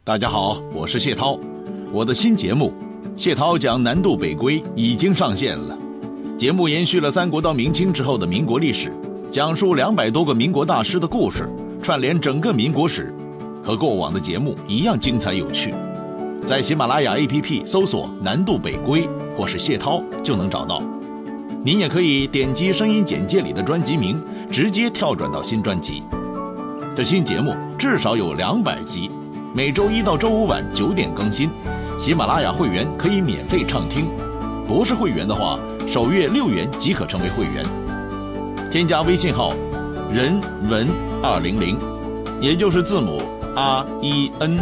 大家好，我是谢涛，我的新节目《谢涛讲南渡北归》已经上线了。节目延续了三国到明清之后的民国历史，讲述200多个民国大师的故事，串联整个民国史，和过往的节目一样精彩有趣。在喜马拉雅 APP 搜索南渡北归或是谢涛就能找到。您也可以点击声音简介里的专辑名，直接跳转到新专辑。这新节目至少有200集，每周1到周5晚9点更新。喜马拉雅会员可以免费畅听，不是会员的话，首月6元即可成为会员。添加微信号人文200，也就是字母 RENWEN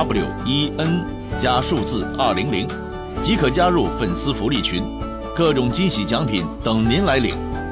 加数字200，即可加入粉丝福利群，各种惊喜奖品等您来领。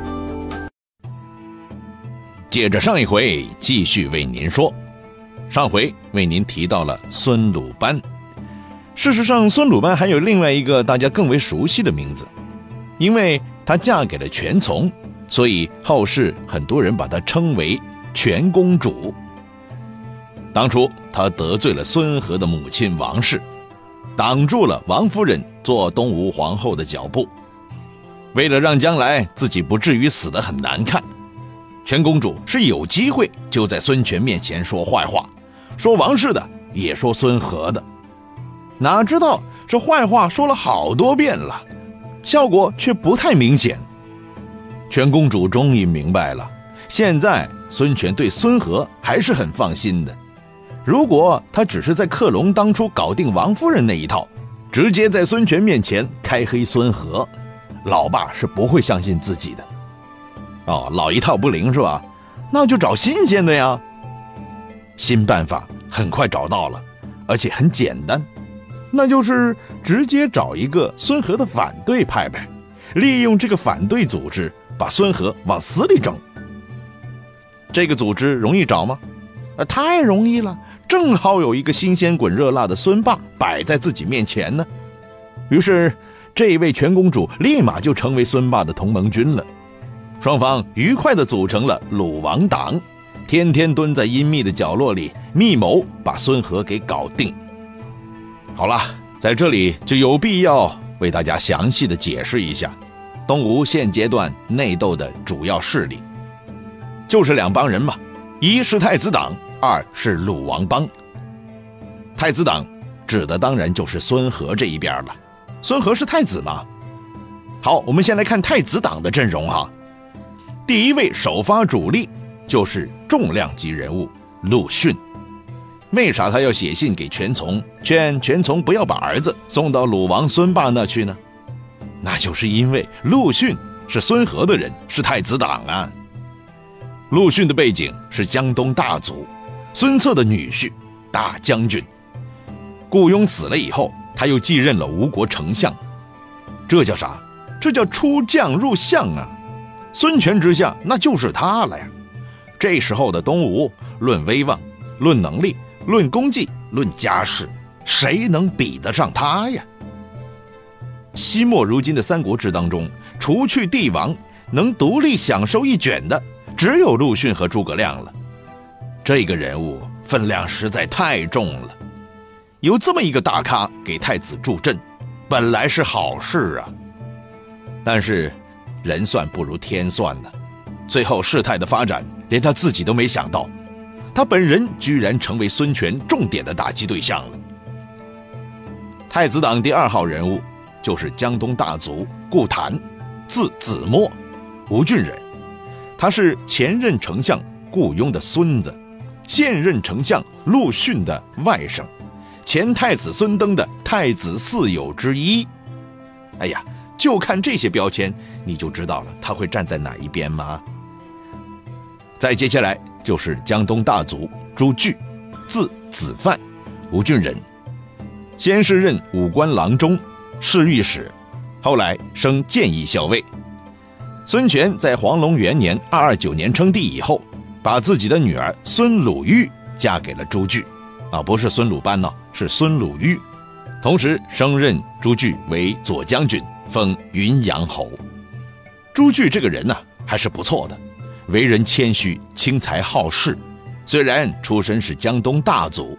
接着上一回继续为您说，上回为您提到了孙鲁班。事实上，孙鲁班还有另外一个大家更为熟悉的名字，因为她嫁给了全琮，所以后世很多人把她称为全公主。当初她得罪了孙和的母亲王氏，挡住了王夫人做东吴皇后的脚步。为了让将来自己不至于死得很难看，全公主是有机会就在孙权面前说坏话，说王氏的，也说孙和的。哪知道这坏话说了好多遍了，效果却不太明显。全公主终于明白了，现在孙权对孙和还是很放心的。如果他只是在克隆当初搞定王夫人那一套，直接在孙权面前开黑孙和，老爸是不会相信自己的。老一套不灵是吧？那就找新鲜的呀。新办法很快找到了，而且很简单，那就是直接找一个孙和的反对派呗，利用这个反对组织把孙和往死里整。这个组织容易找吗？太容易了，正好有一个新鲜滚热辣的孙霸摆在自己面前呢。于是这位全公主立马就成为孙霸的同盟军了。双方愉快地组成了鲁王党，天天蹲在阴密的角落里密谋把孙和给搞定。好了，在这里就有必要为大家详细的解释一下东吴现阶段内斗的主要势力，就是2帮人嘛，一是太子党，二是鲁王帮。太子党指的当然就是孙和这一边了，孙和是太子嘛。好，我们先来看太子党的阵容哈。第一位首发主力就是重量级人物陆逊。为啥他要写信给全琮，劝全琮不要把儿子送到鲁王孙霸那去呢？那就是因为陆逊是孙和的人，是太子党啊。陆逊的背景是江东大族，孙策的女婿，大将军。顾雍死了以后，他又继任了吴国丞相，这叫啥？这叫出将入相啊。孙权之下那就是他了呀。这时候的东吴，论威望，论能力，论功绩，论家世，谁能比得上他呀？西末如今的三国志当中，除去帝王，能独立享受一卷的只有陆逊和诸葛亮了。这个人物分量实在太重了，有这么一个大咖给太子助阵，本来是好事啊。但是人算不如天算呢，最后事态的发展连他自己都没想到，他本人居然成为孙权重点的打击对象了。太子党第2号人物就是江东大族顾谭，字子墨，吴郡人。他是前任丞相顾雍的孙子，现任丞相陆逊的外甥，前太子孙登的太子4友之一。哎呀，就看这些标签你就知道了他会站在哪一边吗？再接下来就是江东大族朱据，字子范，吴郡人。先是任武官郎中，侍御史，后来升谏议校尉。孙权在黄龙元年229年称帝以后，把自己的女儿孙鲁豫嫁给了朱据，不是孙鲁班呢，是孙鲁豫。同时升任朱据为左将军，封云阳侯。朱据这个人呢，还是不错的，为人谦虚，轻财好事。虽然出身是江东大族，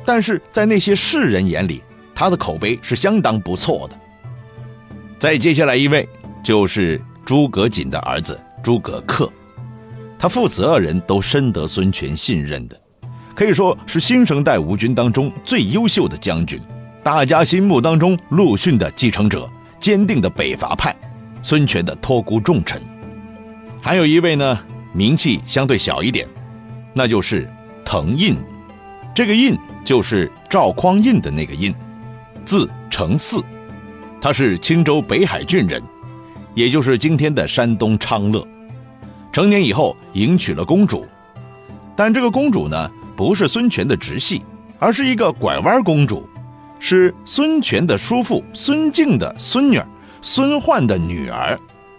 但是在那些士人眼里，他的口碑是相当不错的。再接下来一位就是诸葛瑾的儿子诸葛恪，他父子二人都深得孙权信任的，可以说是新生代吴军当中最优秀的将军，大家心目当中陆逊的继承者，坚定的北伐派，孙权的托孤重臣。还有一位呢，名气相对小一点，那就是滕胤。这个胤就是赵匡胤的那个胤，字承嗣，他是青州北海郡人，也就是今天的山东昌乐。成年以后迎娶了公主，但这个公主呢，不是孙权的直系，而是一个拐弯公主，是孙权的叔父孙敬的孙女儿，孙焕的女儿。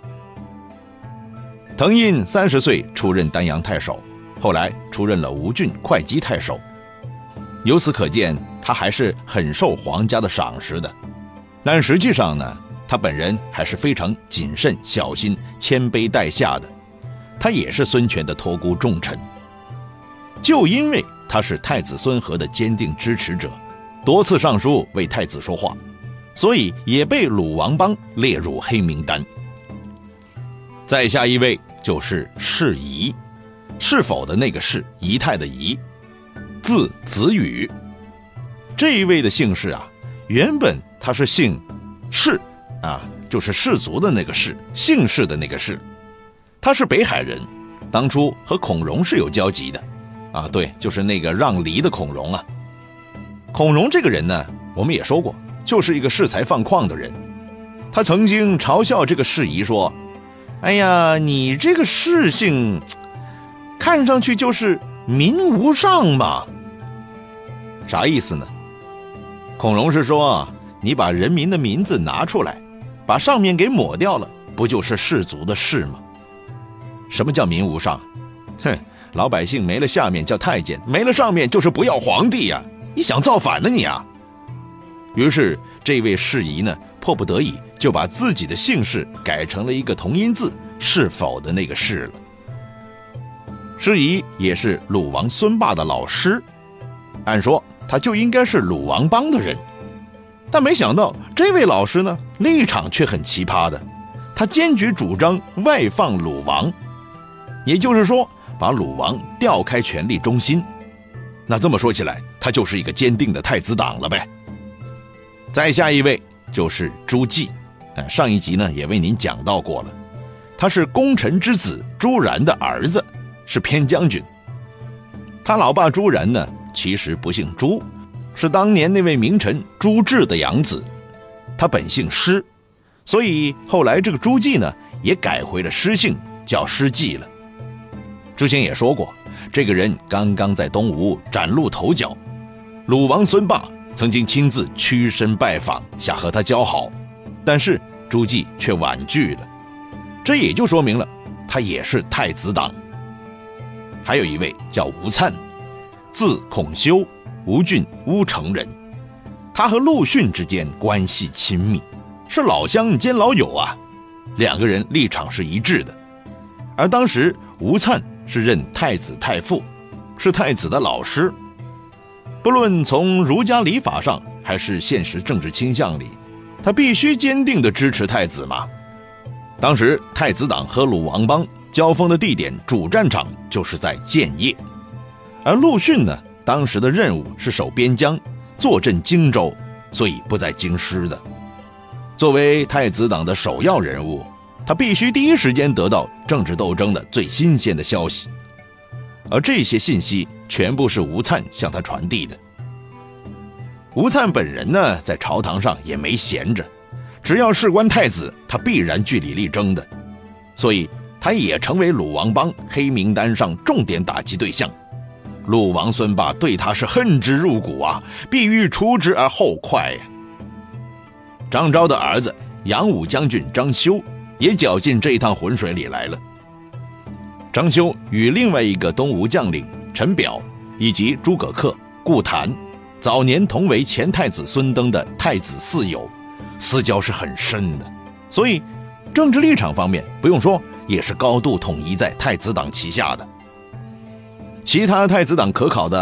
滕胤30岁出任丹阳太守，后来出任了吴郡会稽太守。由此可见，他还是很受皇家的赏识的。但实际上呢，他本人还是非常谨慎小心、谦卑待下的。他也是孙权的托孤重臣。就因为他是太子孙和的坚定支持者，多次上书为太子说话，所以也被鲁王邦列入黑名单。再下一位就是士仪，是否的那个士，仪态的仪，字子羽。这一位的姓氏啊，原本他是姓氏啊，就是氏族的那个氏，姓氏的那个氏。他是北海人，当初和孔融是有交集的啊，对，就是那个让梨的孔融啊。孔融这个人呢，我们也说过，就是一个恃才放旷的人。他曾经嘲笑这个士仪说，哎呀，你这个氏姓看上去就是民无上嘛。啥意思呢？孔融是说，你把人民的名字拿出来，把上面给抹掉了，不就是士族的士吗？什么叫民无上？哼，老百姓没了下面叫太监，没了上面就是不要皇帝呀，你想造反呢你啊？于是这位士仪呢，迫不得已就把自己的姓氏改成了一个同音字，是否的那个士了。士仪也是鲁王孙霸的老师，按说他就应该是鲁王邦的人，但没想到这位老师呢，立场却很奇葩的，他坚决主张外放鲁王，也就是说把鲁王调开权力中心。那这么说起来，他就是一个坚定的太子党了呗。再下一位就是朱绩，上一集呢也为您讲到过了，他是功臣之子朱然的儿子，是偏将军。他老爸朱然呢，其实不姓朱，是当年那位名臣朱治的养子，他本姓施，所以后来这个朱绩呢也改回了施姓，叫施绩了。之前也说过，这个人刚刚在东吴崭露头角，鲁王孙霸曾经亲自屈身拜访，想和他交好，但是朱绩却婉拒了，这也就说明了他也是太子党。还有一位叫吴粲，字孔修，吴郡乌城人，他和陆逊之间关系亲密，是老乡兼老友啊，两个人立场是一致的。而当时吴粲是任太子太傅，是太子的老师，不论从儒家礼法上还是现实政治倾向里，他必须坚定地支持太子嘛。当时太子党和鲁王邦交锋的地点主战场就是在建业，而陆逊呢，当时的任务是守边疆，坐镇荆州，所以不在京师的。作为太子党的首要人物，他必须第一时间得到政治斗争的最新鲜的消息，而这些信息全部是吴粲向他传递的。吴粲本人呢，在朝堂上也没闲着，只要事关太子，他必然据理力争的，所以他也成为鲁王邦黑名单上重点打击对象。鲁王孙霸对他是恨之入骨啊，必欲除之而后快呀。张昭的儿子扬武将军张修也搅进这一趟浑水里来了。张修与另外一个东吴将领陈表以及诸葛恪、顾谭早年同为前太子孙登的太子嗣友，私交是很深的，所以政治立场方面不用说，也是高度统一在太子党旗下的。其他太子党可考的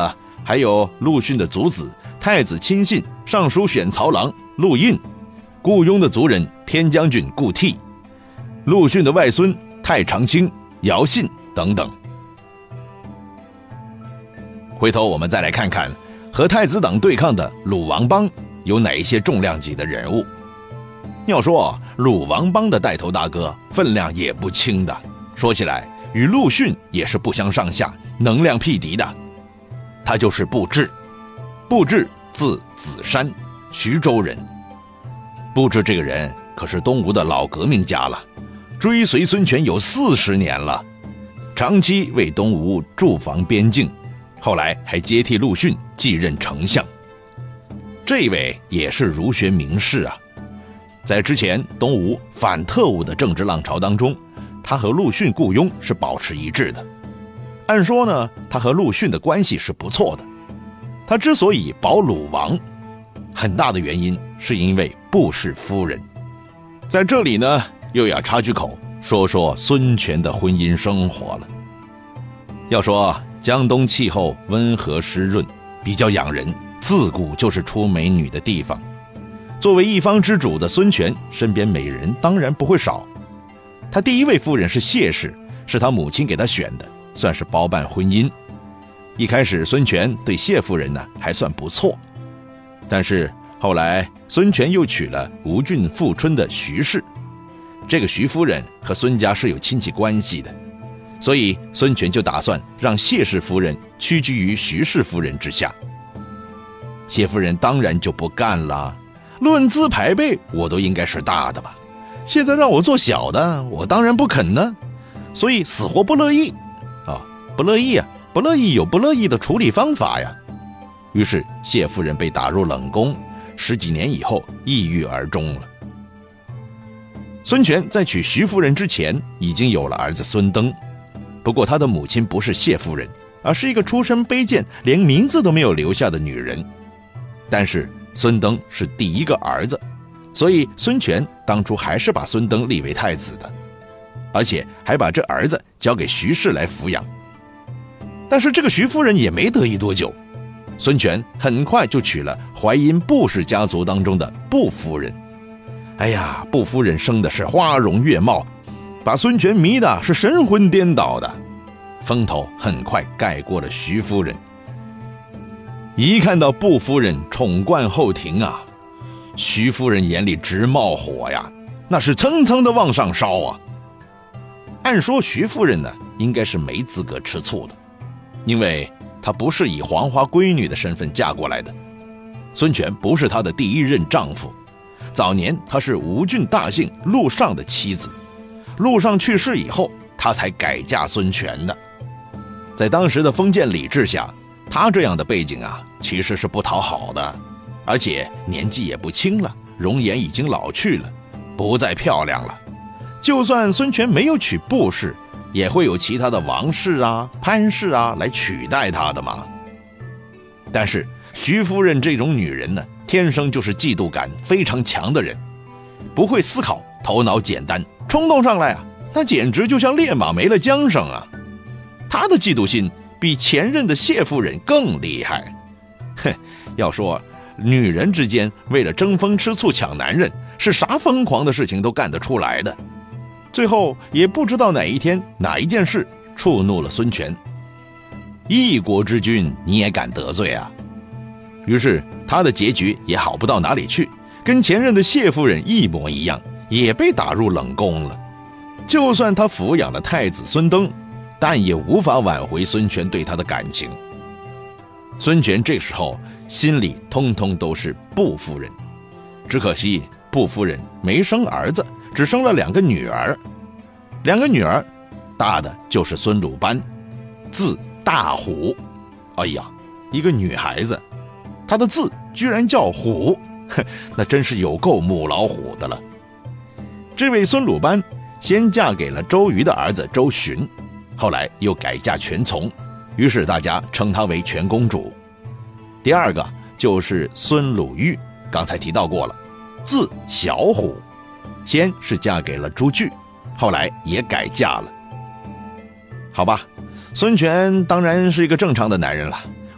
还有陆逊的族子太子亲信尚书选曹郎陆印，顾雍的族人偏将军顾悌，陆逊的外孙太常卿姚信等等。回头我们再来看看和太子党对抗的鲁王邦有哪一些重量级的人物。要说鲁王邦的带头大哥分量也不轻的，说起来与陆逊也是不相上下，能量匹敌的。他就是布置。布置字子山，徐州人。布置这个人可是东吴的老革命家了，追随孙权有40年了，长期为东吴驻防边境，后来还接替陆逊继任丞相。这位也是儒学名士啊，在之前东吴反特务的政治浪潮当中，他和陆逊、顾雍是保持一致的。按说呢，他和陆逊的关系是不错的。他之所以保鲁王，很大的原因是因为布氏夫人。在这里呢，又要插句口，说说孙权的婚姻生活了。要说江东气候温和湿润，比较养人，自古就是出美女的地方。作为一方之主的孙权，身边美人当然不会少。他第一位夫人是谢氏，是他母亲给他选的，算是包办婚姻。一开始孙权对谢夫人呢还算不错，但是后来孙权又娶了吴郡富春的徐氏，这个徐夫人和孙家是有亲戚关系的，所以孙权就打算让谢氏夫人屈居于徐氏夫人之下。谢夫人当然就不干了，论资排辈我都应该是大的吧，现在让我做小的，我当然不肯呢，所以死活不乐意不乐意啊，不乐意有不乐意的处理方法呀。于是谢夫人被打入冷宫，10几年以后抑郁而终了。孙权在娶徐夫人之前已经有了儿子孙登，不过他的母亲不是谢夫人，而是一个出身卑贱连名字都没有留下的女人。但是孙登是第一个儿子，所以孙权当初还是把孙登立为太子的，而且还把这儿子交给徐氏来抚养。但是这个徐夫人也没得意多久，孙权很快就娶了淮阴布氏家族当中的布夫人。哎呀，布夫人生的是花容月貌，把孙权迷的是神魂颠倒的，风头很快盖过了徐夫人。一看到布夫人宠冠后庭啊，徐夫人眼里直冒火呀，那是蹭蹭的往上烧啊。按说徐夫人呢，应该是没资格吃醋的，因为她不是以黄花闺女的身份嫁过来的，孙权不是她的第一任丈夫，早年她是吴郡大姓陆尚的妻子，陆尚去世以后，她才改嫁孙权的。在当时的封建礼制下，她这样的背景啊，其实是不讨好的，而且年纪也不轻了，容颜已经老去了，不再漂亮了。就算孙权没有娶布氏，也会有其他的王氏啊、潘氏啊来取代她的嘛。但是徐夫人这种女人呢，天生就是嫉妒感非常强的人，不会思考，头脑简单，冲动上来啊，那简直就像烈马没了缰绳啊。她的嫉妒心比前任的谢夫人更厉害。要说女人之间为了争风吃醋抢男人，是啥疯狂的事情都干得出来的。最后也不知道哪一天哪一件事触怒了孙权，一国之君你也敢得罪啊？于是他的结局也好不到哪里去，跟前任的谢夫人一模一样，也被打入冷宫了。就算他抚养了太子孙登，但也无法挽回孙权对他的感情。孙权这时候心里通通都是布夫人，只可惜布夫人没生儿子，只生了2个女儿。2个女儿，大的就是孙鲁班，字大虎。哎呀，一个女孩子，她的字居然叫虎，那真是有够母老虎的了。这位孙鲁班先嫁给了周瑜的儿子周循，后来又改嫁全从，于是大家称她为全公主。第2个就是孙鲁豫，刚才提到过了，字小虎，先是嫁给了朱据，后来也改嫁了。好吧，孙权当然是一个正常的男人了，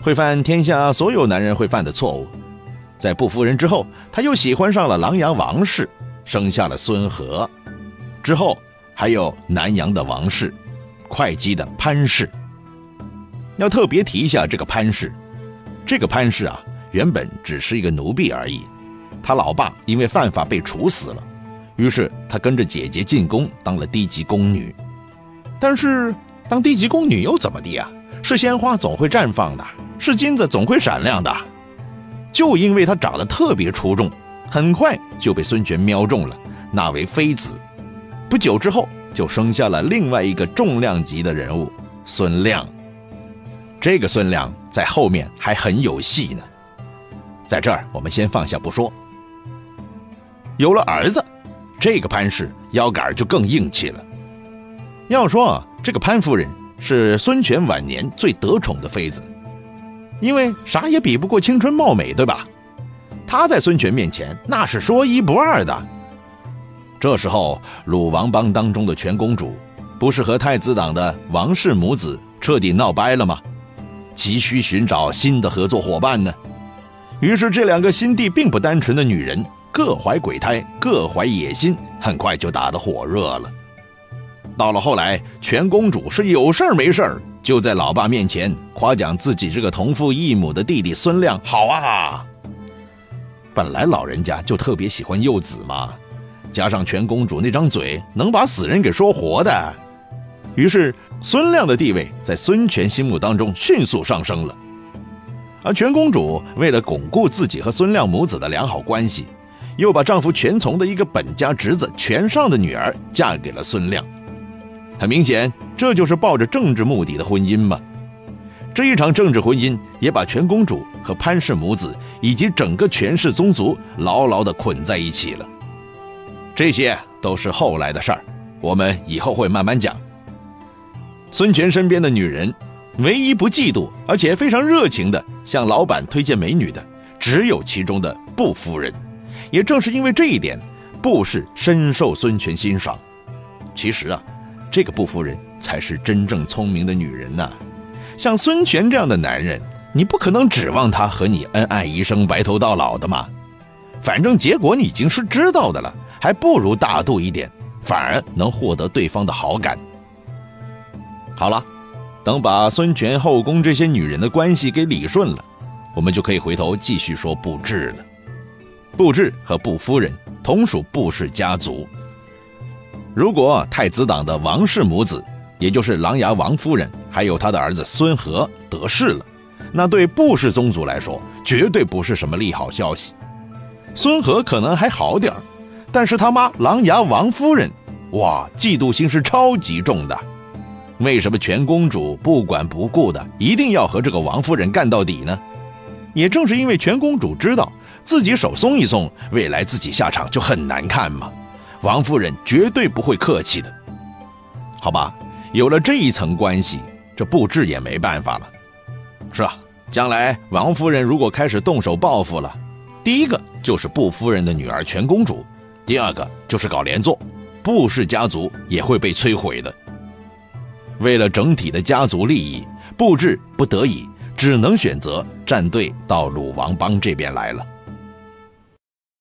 会犯天下所有男人会犯的错误。在布夫人之后，他又喜欢上了琅琊王氏，生下了孙和。之后还有南阳的王氏，会稽的潘氏。要特别提一下这个潘氏，这个潘氏啊，原本只是一个奴婢而已，他老爸因为犯法被处死了，于是他跟着姐姐进宫当了低级宫女。但是当低级宫女又怎么地啊？是鲜花总会绽放的，是金子总会闪亮的。就因为她长得特别出众，很快就被孙权瞄中了，纳为妃子。不久之后就生下了另外一个重量级的人物孙亮。这个孙亮在后面还很有戏呢，在这儿我们先放下不说。有了儿子，这个潘氏腰杆就更硬气了。要说啊，这个潘夫人是孙权晚年最得宠的妃子，因为啥也比不过青春貌美，对吧？她在孙权面前那是说一不二的。这时候鲁王帮当中的全公主不是和太子党的王氏母子彻底闹掰了吗？急需寻找新的合作伙伴呢。于是这两个心地并不单纯的女人各怀鬼胎，各怀野心，很快就打得火热了。到了后来，全公主是有事没事就在老爸面前夸奖自己这个同父异母的弟弟孙亮好啊。本来老人家就特别喜欢幼子嘛，加上全公主那张嘴能把死人给说活的，于是孙亮的地位在孙权心目当中迅速上升了。而全公主为了巩固自己和孙亮母子的良好关系，又把丈夫全从的一个本家侄子全尚的女儿嫁给了孙亮。很明显，这就是抱着政治目的的婚姻嘛。这一场政治婚姻也把全公主和潘氏母子以及整个权氏宗族牢牢地捆在一起了。这些都是后来的事儿，我们以后会慢慢讲。孙权身边的女人，唯一不嫉妒而且非常热情的向老板推荐美女的，只有其中的布夫人。也正是因为这一点，布氏深受孙权欣赏。其实啊，这个布夫人才是真正聪明的女人呐。像孙权这样的男人，你不可能指望他和你恩爱一生，白头到老的嘛。反正结果你已经是知道的了，还不如大度一点，反而能获得对方的好感。好了，等把孙权后宫这些女人的关系给理顺了，我们就可以回头继续说布置了。布置和布夫人同属布氏家族。如果太子党的王氏母子，也就是琅琊王夫人还有他的儿子孙和得势了，那对布氏宗族来说绝对不是什么利好消息。孙和可能还好点，但是他妈琅琊王夫人，哇，嫉妒心是超级重的。为什么全公主不管不顾的一定要和这个王夫人干到底呢？也正是因为全公主知道自己手松一松，未来自己下场就很难看嘛。王夫人绝对不会客气的。好吧，有了这一层关系，这布置也没办法了。是啊，将来王夫人如果开始动手报复了，第一个就是布夫人的女儿全公主，第二个就是搞连坐，布氏家族也会被摧毁的。为了整体的家族利益，布置不得已只能选择站队到鲁王帮这边来了。